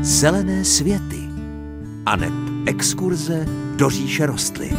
zelené světy aneb exkurze do říše rostlin.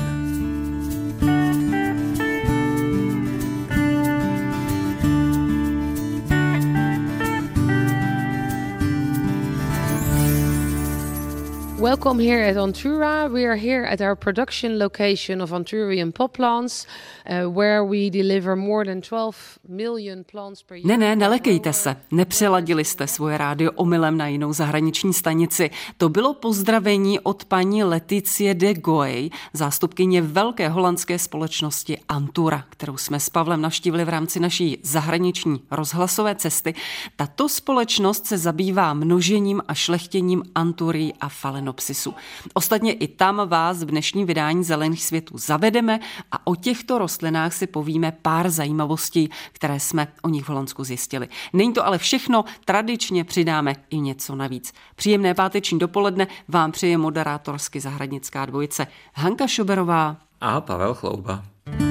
Welcome here at Antura. We are here at our production location of Anturian Poplants, where we deliver more than 12 million plants per year. Nelekejte se, nepřeladili jste svoje rádio omylem na jinou zahraniční stanici. To bylo pozdravení od paní Leticie de Goey, zástupkyně velké holandské společnosti Antura, kterou jsme s Pavlem navštívili v rámci naší zahraniční rozhlasové cesty. Tato společnost se zabývá množením a šlechtěním anturií a falenopsisů. Ostatně i tam vás v dnešním vydání Zelených světů zavedeme a o těchto rostlinách si povíme pár zajímavostí, které jsme o nich v Holandsku zjistili. Není to ale všechno, tradičně přidáme i něco navíc. Příjemné páteční dopoledne vám přeje moderátorsky zahradnická dvojice Hanka Šoberová a Pavel Chlouba.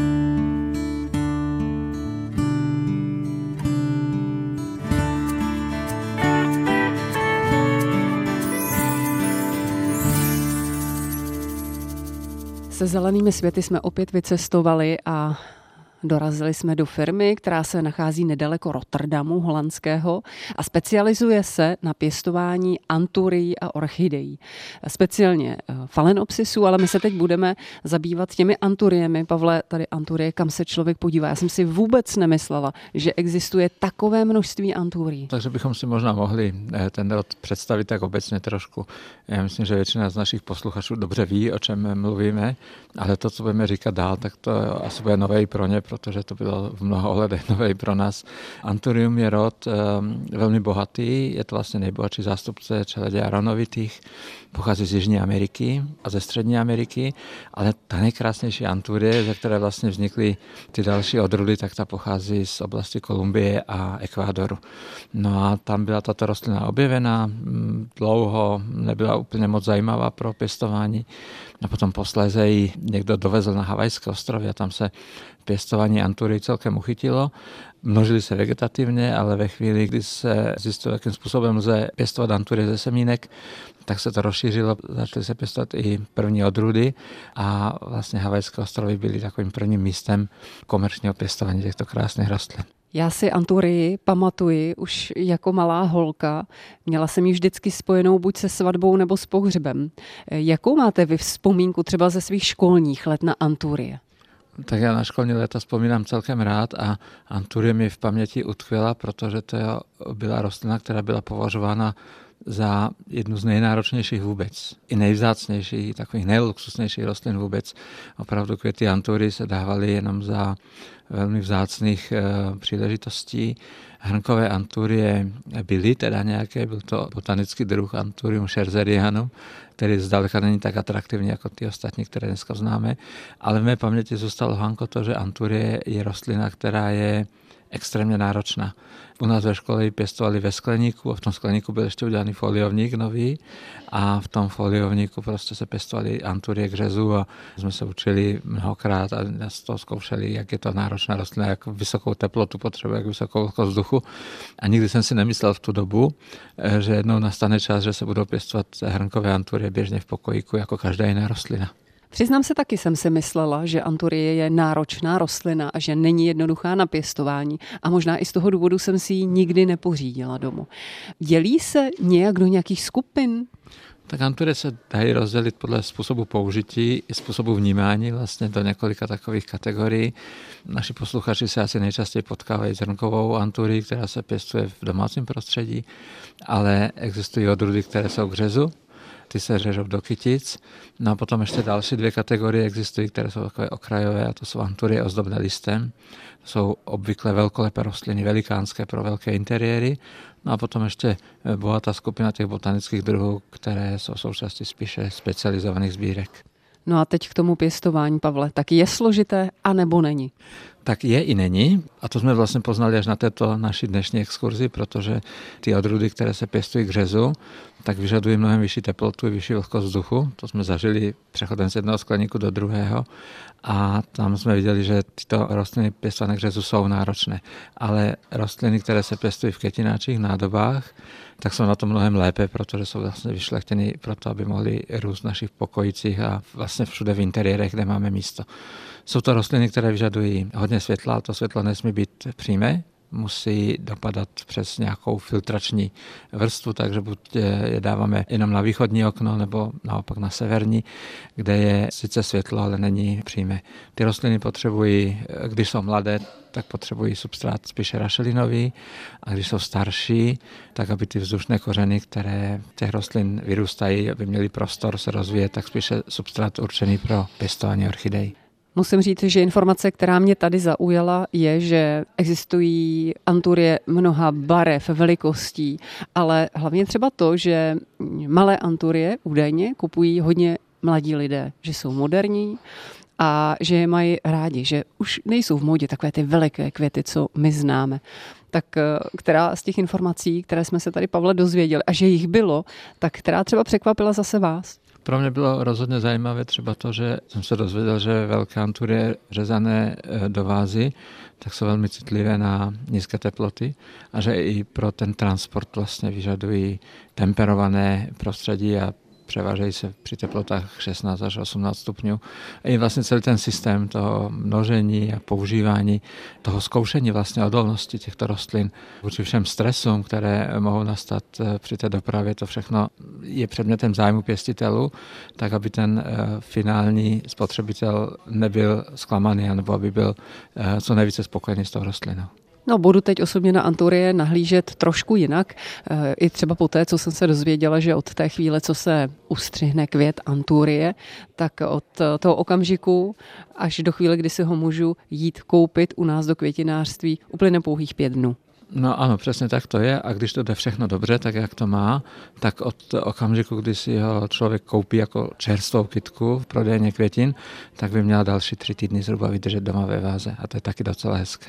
Se Zelenými světy jsme opět vycestovali a dorazili jsme do firmy, která se nachází nedaleko Rotterdamu, holandského, a specializuje se na pěstování anturií a orchidejí. Speciálně falenopsisů, ale my se teď budeme zabývat těmi anturiemi. Pavle, tady anturie, kam se člověk podívá. Já jsem si vůbec nemyslela, že existuje takové množství anturií. Takže bychom si možná mohli ten rod představit tak obecně trošku. Já myslím, že většina z našich posluchačů dobře ví, o čem mluvíme, ale to, co budeme říkat dál, tak to asi bude nové i pro ně, protože to bylo v mnoha ohledech nové pro nás. Anturium je rod velmi bohatý, je to vlastně nejbohatší zástupce čeledě aronovitých, pochází z Jižní Ameriky a ze Střední Ameriky, ale ta nejkrásnější anturie, ze které vlastně vznikly ty další odrůdy, tak ta pochází z oblasti Kolumbie a Ekvádoru. No a tam byla tato rostlina objevena, dlouho nebyla úplně moc zajímavá pro pěstování. A potom posléze ji někdo dovezl na Havajské ostrovy a tam se pěstování antury celkem uchytilo. Množili se vegetativně, ale ve chvíli, kdy se zjistilo, jakým způsobem lze pěstovat antury ze semínek, tak se to rozšířilo, začaly se pěstovat i první odrůdy a vlastně Havajské ostrovy byly takovým prvním místem komerčního pěstování těchto krásných rostlin. Já si anturii pamatuji už jako malá holka. Měla jsem ji vždycky spojenou buď se svatbou nebo s pohřbem. Jakou máte vy vzpomínku třeba ze svých školních let na anturie? Tak já na školní léta vzpomínám celkem rád a anturie mi v paměti utkvěla, protože to byla rostlina, která byla považována za jednu z nejnáročnějších vůbec. I nejvzácnějších, takových nejluxusnějších rostlin vůbec. Opravdu květy antury se dávaly jenom za velmi vzácných příležitostí. Hrnkové anturie byly teda nějaké, byl to botanický druh Anthurium scherzerianum, který zdaleka není tak atraktivní jako ty ostatní, které dneska známe, ale v mé paměti zůstalo, Hanko, to, že anturie je rostlina, která je extrémně náročná. U nás ve škole ji pěstovali ve skleníku a v tom skleníku byl ještě udělaný foliovník nový a v tom foliovníku prostě se pěstovali anturie k řezu a jsme se učili mnohokrát a z toho zkoušeli, jak je to náročná rostlina, jak vysokou teplotu potřebuje, jak vysokou vlhkost vzduchu. A nikdy jsem si nemyslel v tu dobu, že jednou nastane čas, že se budou pěstovat hrnkové anturie běžně v pokojíku jako každá jiná rostlina. Přiznám se, taky jsem si myslela, že anturie je náročná rostlina a že není jednoduchá na pěstování a možná i z toho důvodu jsem si ji nikdy nepořídila domů. Dělí se nějak do nějakých skupin? Tak anturie se dají rozdělit podle způsobu použití i způsobu vnímání vlastně do několika takových kategorií. Naši posluchači se asi nejčastěji potkávají s hrnkovou anturií, která se pěstuje v domácím prostředí, ale existují odrůdy, které jsou k řezu. Ty se řežou do kytic. No a potom ještě další dvě kategorie existují, které jsou takové okrajové, a to jsou anturie ozdobné listem. To jsou obvykle velkolepé rostliny, velikánské pro velké interiéry. No a potom ještě bohatá skupina těch botanických druhů, které jsou součástí spíše specializovaných sbírek. No a teď k tomu pěstování, Pavle, tak je složité, anebo není? tak je i není. A to jsme vlastně poznali až na této naší dnešní exkurzi, protože ty odrůdy, které se pěstují k řezu, tak vyžadují mnohem vyšší teplotu i vyšší vlhkost vzduchu. To jsme zažili přechodem z jednoho skleníku do druhého a tam jsme viděli, že tyto rostliny pěstované k řezu jsou náročné. Ale rostliny, které se pěstují v květináčích, nádobách, tak jsou na to mnohem lépe, protože jsou vlastně vyšlechtěny proto, aby mohly růst v našich pokojicích a vlastně všude v interiérech, kde máme místo. Jsou to rostliny, které vyžadují hodně světla, to světlo nesmí být přímé, musí dopadat přes nějakou filtrační vrstvu, takže buď je dáváme jenom na východní okno, nebo naopak na severní, kde je sice světlo, ale není přímé. Ty rostliny potřebují, když jsou mladé, tak potřebují substrát spíše rašelinový a když jsou starší, tak aby ty vzdušné kořeny, které těch rostlin vyrůstají, aby měly prostor se rozvíjet, tak spíše substrát určený pro pěstování orchidej. Musím říct, že informace, která mě tady zaujala, je, že existují anturie mnoha barev, velikostí, ale hlavně třeba to, že malé anturie údajně kupují hodně mladí lidé, že jsou moderní a že je mají rádi, že už nejsou v módě takové ty veliké květy, co my známe. Tak která z těch informací, které jsme se tady, Pavle, dozvěděli, a že jich bylo, tak která třeba překvapila zase vás? Pro mě bylo rozhodně zajímavé třeba to, že jsem se dozvěděl, že velké anturie řezané do vázy, tak jsou velmi citlivé na nízké teploty a že i pro ten transport vlastně vyžadují temperované prostředí a převážejí se při teplotách 16 až 18 stupňů. I vlastně celý ten systém toho množení a používání, toho zkoušení vlastně odolnosti těchto rostlin vůči všem stresům, které mohou nastat při té dopravě, to všechno je předmětem zájmu pěstitelů, tak aby ten finální spotřebitel nebyl zklamaný, nebo aby byl co nejvíce spokojený s tou rostlinou. No, budu teď osobně na anturie nahlížet trošku jinak. I třeba po té, co jsem se dozvěděla, že od té chvíle, co se ustřihne květ anturie, tak od toho okamžiku až do chvíle, kdy si ho můžu jít koupit u nás do květinářství, uplyne pouhých 5 dnů. No ano, přesně tak to je a když to jde všechno dobře, tak jak to má, tak od okamžiku, kdy si ho člověk koupí jako čerstvou kytku v prodejně květin, tak by měla další 3 týdny zhruba vydržet doma ve váze a to je taky docela hezké.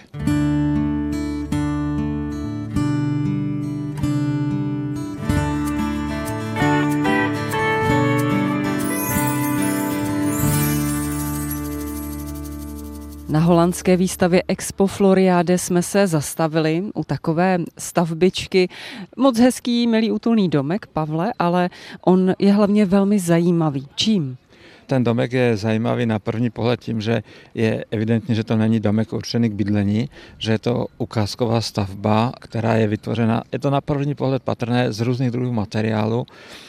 Na holandské výstavě Expo Floriade jsme se zastavili u takové stavbičky. Moc hezký, milý útulný domek, Pavle, ale on je hlavně velmi zajímavý. Čím? Ten domek je zajímavý na první pohled tím, že je evidentní, že to není domek určený k bydlení, že je to ukázková stavba, která je vytvořena, je to na první pohled patrné z různých druhů materiálu.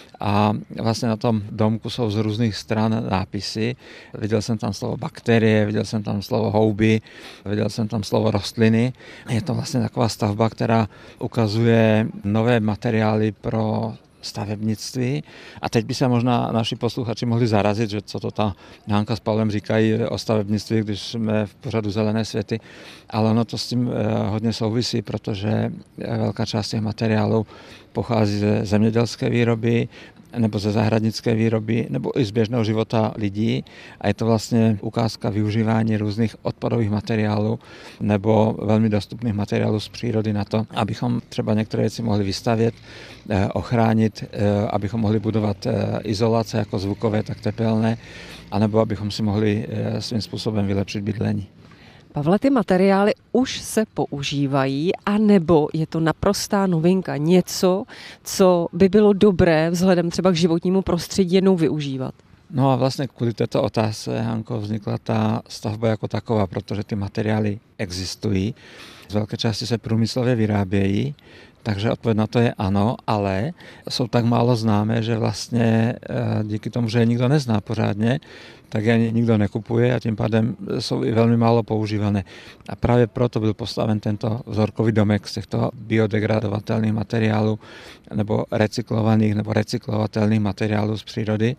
A vlastně na tom domku jsou z různých stran nápisy. Viděl jsem tam slovo bakterie, viděl jsem tam slovo houby, viděl jsem tam slovo rostliny. Je to vlastně taková stavba, která ukazuje nové materiály pro stavebnictví. A teď by se možná naši posluchači mohli zarazit, že co to ta Hanka s Pavlem říkají o stavebnictví, když jsme v pořadu Zelené světy. Ale ono to s tím hodně souvisí, protože velká část těch materiálů pochází ze zemědělské výroby, nebo ze zahradnické výroby, nebo i z běžného života lidí. A je to vlastně ukázka využívání různých odpadových materiálů nebo velmi dostupných materiálů z přírody na to, abychom třeba některé věci mohli vystavět, ochránit, abychom mohli budovat izolace jako zvukové, tak tepelné, anebo abychom si mohli svým způsobem vylepšit bydlení. Pavle, ty materiály už se používají, anebo je to naprostá novinka, něco, co by bylo dobré vzhledem třeba k životnímu prostředí jednou využívat? No a vlastně kvůli této otázce, Hanko, vznikla ta stavba jako taková, protože ty materiály existují, z velké části se průmyslově vyrábějí, takže odpověď na to je ano, ale jsou tak málo známé, že vlastně díky tomu, že je nikdo nezná pořádně, tak je nikdo nekupuje a tím pádem jsou i velmi málo používané. A právě proto byl postaven tento vzorkový domek z těchto biodegradovatelných materiálů nebo recyklovaných nebo recyklovatelných materiálů z přírody,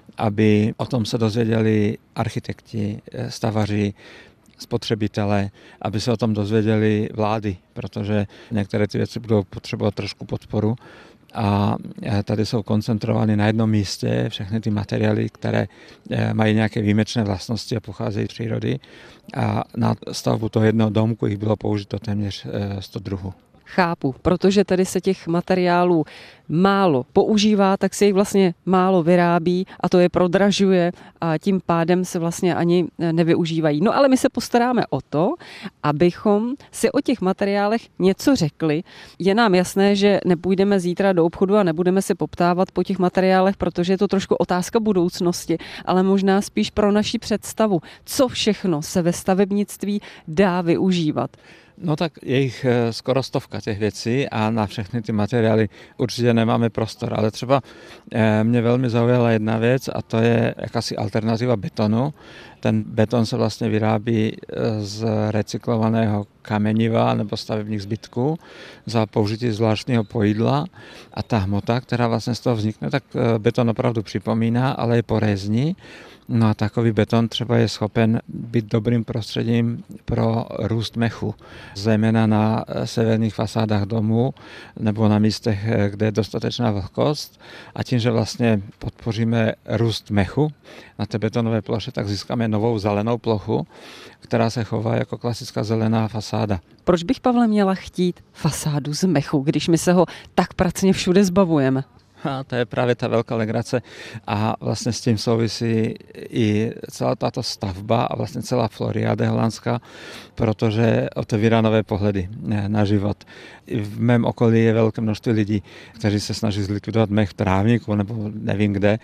aby o tom se dozvěděli architekti, stavaři, spotřebitelé, aby se o tom dozvěděli vlády, protože některé ty věci budou potřebovat trošku podporu a tady jsou koncentrovány na jednom místě všechny ty materiály, které mají nějaké výjimečné vlastnosti a pocházejí z přírody. A na stavbu toho jednoho domku jich bylo použito téměř 100 druhů. Chápu, protože tady se těch materiálů málo používá, tak se jich vlastně málo vyrábí a to je prodražuje a tím pádem se vlastně ani nevyužívají. No ale my se postaráme o to, abychom si o těch materiálech něco řekli. Je nám jasné, že nepůjdeme zítra do obchodu a nebudeme se poptávat po těch materiálech, protože je to trošku otázka budoucnosti, ale možná spíš pro naši představu, co všechno se ve stavebnictví dá využívat. No tak je jich skoro 100 těch věcí a na všechny ty materiály určitě nemáme prostor, ale třeba mě velmi zaujala jedna věc a to je jakási alternativa betonu. Ten beton se vlastně vyrábí z recyklovaného kameniva nebo stavebních zbytků za použití zvláštního pojídla a ta hmota, která vlastně z toho vznikne, tak beton opravdu připomíná, ale je porézní. No a takový beton třeba je schopen být dobrým prostředím pro růst mechu, zejména na severních fasádách domů nebo na místech, kde je dostatečná vlhkost. A tím, že vlastně podpoříme růst mechu na té betonové ploše, tak získáme novou zelenou plochu, která se chová jako klasická zelená fasáda. Proč bych, Pavle, měla chtít fasádu z mechu, když my se ho tak pracně všude zbavujeme? A to je právě ta velká legrace a vlastně s tím souvisí i celá tato stavba a vlastně celá Floriade holandská, protože otevírá nové pohledy na život. I v mém okolí je velké množství lidí, kteří se snaží zlikvidovat mech v trávníku nebo nevím kde,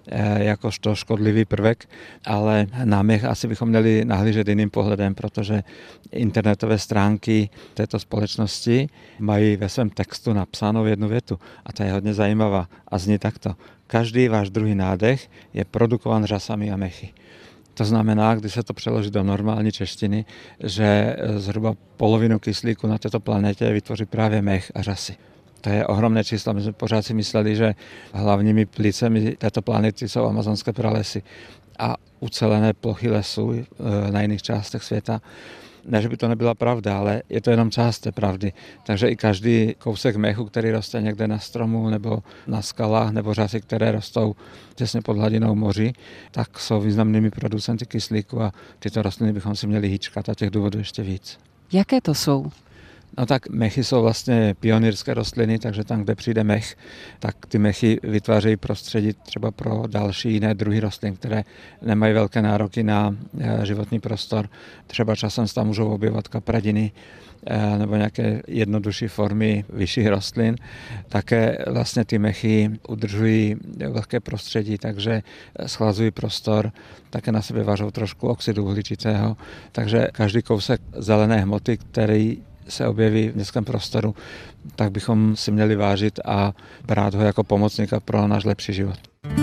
jakožto škodlivý prvek, ale na mech asi bychom měli nahlížet jiným pohledem, protože internetové stránky této společnosti mají ve svém textu napsánou jednu větu a ta je hodně zajímavá a zní takto. Každý váš druhý nádech je produkován řasami a mechy. To znamená, když se to přeloží do normální češtiny, že zhruba polovinu kyslíku na této planetě vytvoří právě mech a řasy. To je ohromné číslo. My jsme pořád si mysleli, že hlavními plicemi této planety jsou amazonské pralesy a ucelené plochy lesů na jiných částech světa. Ne, že by to nebyla pravda, ale je to jenom část té pravdy. Takže i každý kousek mechu, který roste někde na stromu nebo na skalách, nebo řasy, které rostou těsně pod hladinou moři, tak jsou významnými producenty kyslíku a tyto rostliny bychom si měli hýčkat a těch důvodů ještě víc. Jaké to jsou? No tak mechy jsou vlastně pionýrské rostliny, takže tam, kde přijde mech, tak ty mechy vytvářejí prostředí třeba pro další jiné druhy rostlin, které nemají velké nároky na životní prostor. Třeba časem se tam můžou objevovat kapradiny nebo nějaké jednodušší formy vyšších rostlin. Také vlastně ty mechy udržují vlhké prostředí, takže schlazují prostor, také na sebe vážou trošku oxidu uhličitého, takže každý kousek zelené hmoty, který se objeví v městském prostoru, tak bychom si měli vážit a brát ho jako pomocníka pro náš lepší život.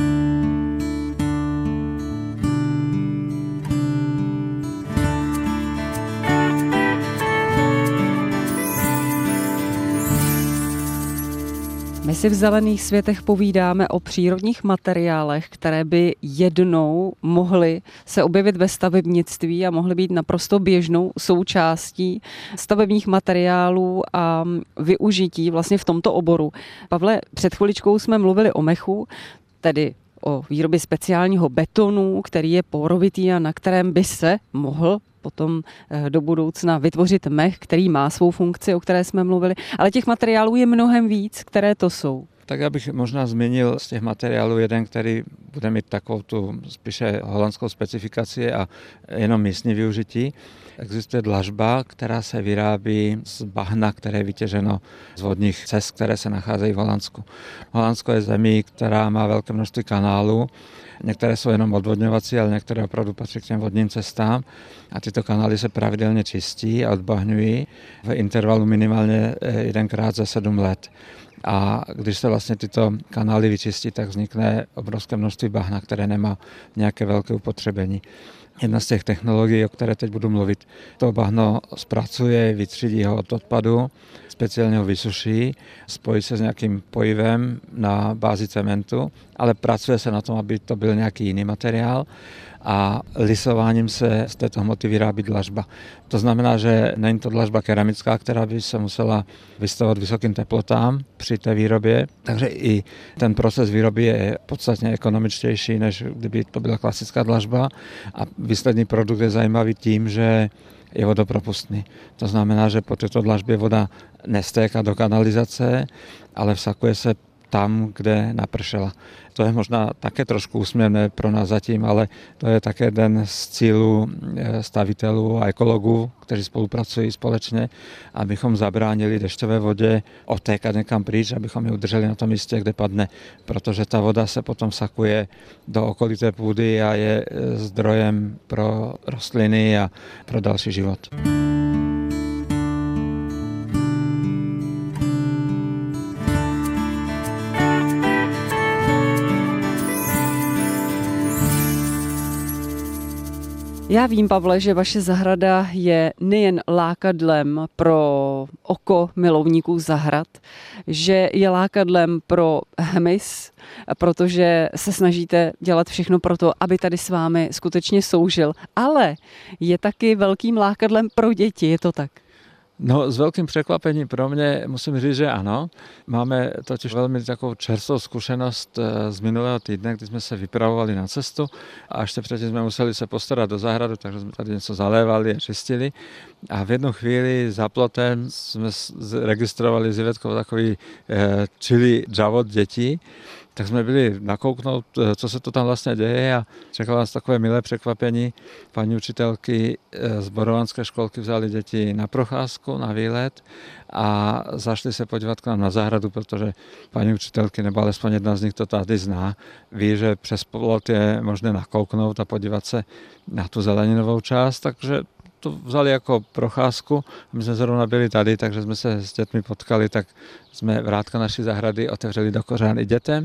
My si v Zelených světech povídáme o přírodních materiálech, které by jednou mohly se objevit ve stavebnictví a mohly být naprosto běžnou součástí stavebních materiálů a využití vlastně v tomto oboru. Pavle, před chviličkou jsme mluvili o mechu, tedy o výrobě speciálního betonu, který je porovitý a na kterém by se mohl potom do budoucna vytvořit mech, který má svou funkci, o které jsme mluvili, ale těch materiálů je mnohem víc, které to jsou. Tak já bych možná zmínil z těch materiálů jeden, který bude mít takovou tu spíše holandskou specifikaci a jenom místní využití. Existuje dlažba, která se vyrábí z bahna, které je vytěženo z vodních cest, které se nacházejí v Holandsku. Holandsko je zemí, která má velké množství kanálů. Některé jsou jenom odvodňovací, ale některé opravdu patří k těm vodním cestám. A tyto kanály se pravidelně čistí a odbahňují v intervalu minimálně 1krát za 7 let. A když se vlastně tyto kanály vyčistí, tak vznikne obrovské množství bahna, které nemá nějaké velké upotřebení. Jedna z těch technologií, o které teď budu mluvit, to bahno zpracuje, vytřídí ho od odpadu, speciálně ho vysuší, spojí se s nějakým pojivem na bázi cementu, ale pracuje se na tom, aby to byl nějaký jiný materiál a lisováním se z této hmoty vyrábí dlažba. To znamená, že není to dlažba keramická, která by se musela vystavovat vysokým teplotám při té výrobě, takže i ten proces výroby je podstatně ekonomičtější, než kdyby to byla klasická dlažba a výsledný produkt je zajímavý tím, že je vodopropustný. To znamená, že po této dlažbě voda nestéká do kanalizace, ale vsakuje se tam, kde napršela. To je možná také trošku úsměvné pro nás zatím, ale to je také jeden z cílů stavitelů a ekologů, kteří spolupracují společně, abychom zabránili dešťové vodě otékat někam pryč, abychom ji udrželi na tom místě, kde padne, protože ta voda se potom vsakuje do okolité půdy a je zdrojem pro rostliny a pro další život. Já vím, Pavle, že vaše zahrada je nejen lákadlem pro oko milovníků zahrad, že je lákadlem pro hmyz, protože se snažíte dělat všechno pro to, aby tady s vámi skutečně soužil, ale je taky velkým lákadlem pro děti, je to tak? No, s veľkým překvapením pro mě musím říct, že ano. Máme totiž velmi takovou čerstvou zkušenost z minulého týdne, kdy jsme se vypravovali na cestu a ještě předtím jsme museli se postarat do zahradu, takže jsme tady něco zalévali a čistili. A v jednu chvíli za plotem jsme registrovali s Ivetkou takový čilý džavot dětí. Tak jsme byli nakouknout, co se to tam vlastně děje a čekalo nás takové milé překvapení. Paní učitelky z Borovanské školky vzali děti na procházku, na výlet a zašli se podívat k nám na zahradu, protože paní učitelky, nebo alespoň jedna z nich to tady zná, ví, že přes plot je možné nakouknout a podívat se na tu zeleninovou část, takže to vzali jako procházku. My jsme zrovna byli tady, takže jsme se s dětmi potkali, tak jsme vrátka naší zahrady otevřeli do kořán i dětem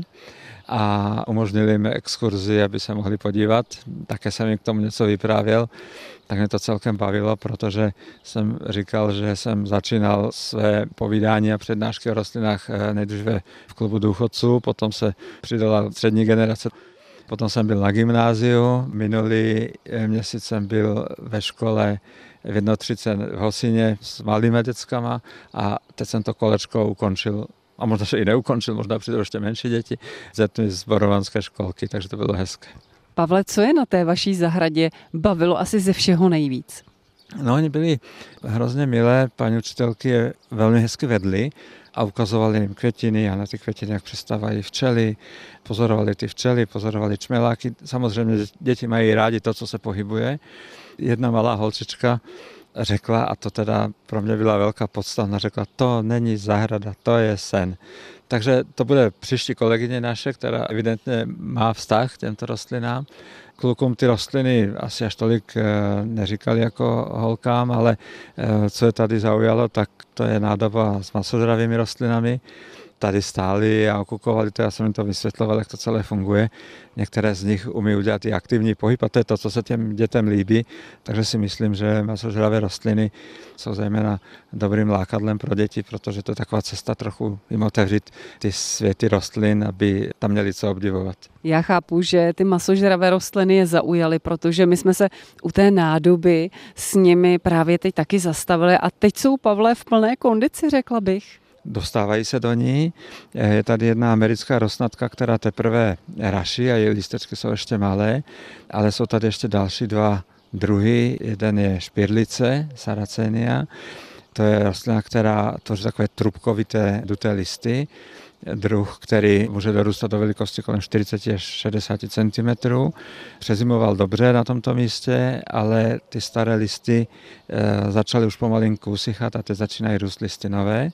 a umožnili jim exkurzi, aby se mohli podívat. Také jsem jim k tomu něco vyprávěl, tak mě to celkem bavilo, protože jsem říkal, že jsem začínal své povídání a přednášky o rostlinách nejdříve v klubu důchodců, potom se přidala střední generace. Potom jsem byl na gymnáziu, minulý měsíc jsem byl ve škole v 1.30 v Hosině s malými dětskama a teď jsem to kolečko ukončil. A možná se i neukončil, možná přijdou ještě menší děti s dětmi z Borovanské školky, takže to bylo hezké. Pavle, co je na té vaší zahradě bavilo asi ze všeho nejvíc? No, oni byli hrozně milé, paní učitelky je velmi hezky vedly a ukazovali jim květiny a na ty květiny, jak přistávají včely, pozorovali ty včely, pozorovali čmeláky. Samozřejmě děti mají rádi to, co se pohybuje. Jedna malá holčička řekla, a to teda pro mě byla velká podsta, ona řekla, to není zahrada, to je sen. Takže to bude příští kolegyně naše, která evidentně má vztah k těmto rostlinám. Klukům ty rostliny asi až tolik neříkali jako holkám, ale co je tady zaujalo, tak to je nádoba s masožravými rostlinami. Tady stáli a okukovali to, já jsem jim to vysvětloval, jak to celé funguje. Některé z nich umí udělat i aktivní pohyb a to je to, co se těm dětem líbí. Takže si myslím, že masožravé rostliny jsou zejména dobrým lákadlem pro děti, protože to je taková cesta trochu jim otevřít ty světy rostlin, aby tam měli co obdivovat. Já chápu, že ty masožravé rostliny je zaujaly, protože my jsme se u té nádoby s nimi právě teď taky zastavili a teď jsou, Pavle, v plné kondici, řekla bych. Dostávají se do ní. Je tady jedna americká rosnatka, která teprve raší a její lístečky jsou ještě malé, ale jsou tady ještě další dva druhy. Jeden je špirlice, Saracenia. To je rostlina, která tvoří takové trubkovité duté listy. Druh, který může dorůstat do velikosti kolem 40 až 60 cm. Přezimoval dobře na tomto místě, ale ty staré listy začaly už pomalinku usychat a teď začínají růst listy nové.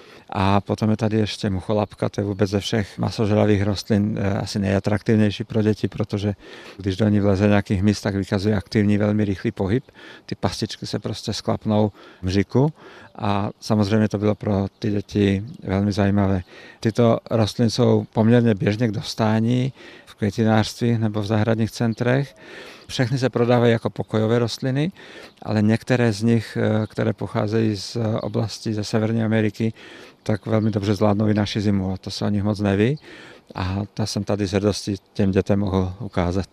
A potom je tady ještě mucholapka, to je vůbec ze všech masožravých rostlin asi nejatraktivnější pro děti, protože když do ní vleze nějaký hmyz, tak vykazuje aktivní, velmi rychlý pohyb. Ty pastičky se prostě sklapnou v mžiku a samozřejmě to bylo pro ty děti velmi zajímavé. Tyto rostliny jsou poměrně běžně k dostání v květinářství nebo v zahradních centrech. Všechny se prodávají jako pokojové rostliny, ale některé z nich, které pocházejí z oblasti ze Severní Ameriky, tak velmi dobře zvládnou i naši zimu a to se o nich moc neví a to jsem tady z hrdosti těm dětem mohl ukázat.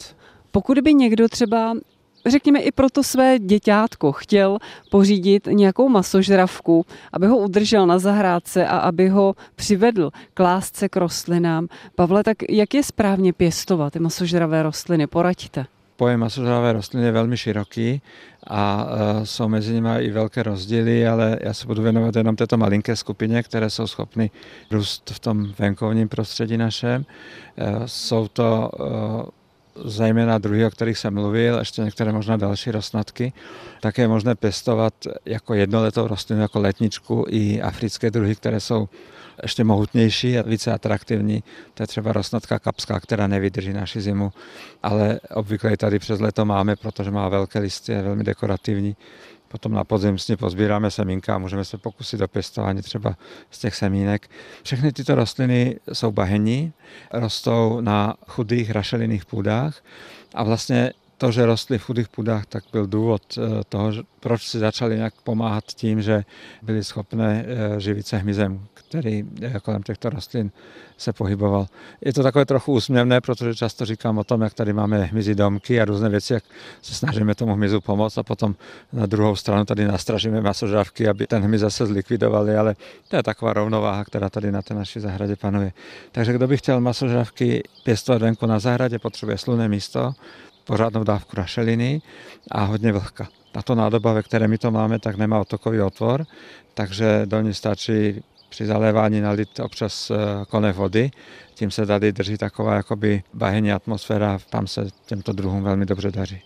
Pokud by někdo třeba, řekněme i pro to své děťátko, chtěl pořídit nějakou masožravku, aby ho udržel na zahrádce a aby ho přivedl k lásce k rostlinám. Pavle, tak jak je správně pěstovat ty masožravé rostliny? Poraďte. Pojem masožravé rostliny je velmi široký a jsou mezi nimi i velké rozdíly, ale já se budu věnovat jenom této malinké skupině, které jsou schopny růst v tom venkovním prostředí našem. Jsou to zejména druhy, o kterých jsem mluvil, ještě některé možná další rostnatky. Také je možné pěstovat jako jednoletou rostlinu, jako letničku i africké druhy, které jsou ještě mohutnější a více atraktivní. To je třeba rostnatka kapská, která nevydrží naši zimu, ale obvykle ji tady přes léto máme, protože má velké listy, je velmi dekorativní. Potom na podzim s ní pozbíráme semínka a můžeme se pokusit o pěstování třeba z těch semínek. Všechny tyto rostliny jsou bahenní, rostou na chudých rašelinných půdách a vlastně to, že rostly v chudých půdách, tak byl důvod toho, proč si začali nějak pomáhat tím, že byli schopné živit se hmyzem, který kolem těchto rostlin se pohyboval. Je to takové trochu úsměvné, protože často říkám o tom, jak tady máme hmyzí domky a různé věci, jak se snažíme tomu hmyzu pomoct a potom na druhou stranu tady nastražíme masožravky, aby ten hmyz zase zlikvidovali, ale to je taková rovnováha, která tady na té naší zahradě panuje. Takže kdo by chtěl masožravky pěstovat venku na zahradě, potřebuje slunné místo, pořádnou dávku rašeliny a hodně vlhka. Tato nádoba, ve které my to máme, tak nemá otokový otvor, takže do ní stačí při zalévání nalit občas konev vody. Tím se tady drží taková jakoby bahenní atmosféra, tam se těmto druhům velmi dobře daří.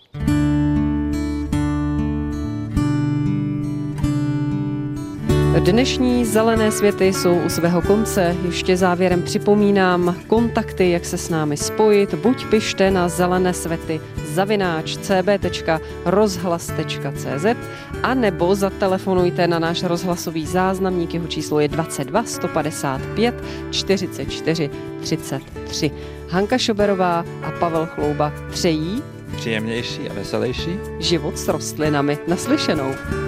Dnešní Zelené světy jsou u svého konce. Ještě závěrem připomínám kontakty, jak se s námi spojit. Buď pište na zelenesvety@cb.rozhlas.cz a nebo zatelefonujte na náš rozhlasový záznamník. Jeho číslo je 22 155 44 33. Hanka Šoberová a Pavel Chlouba přejí příjemnější a veselější život s rostlinami. Naslyšenou.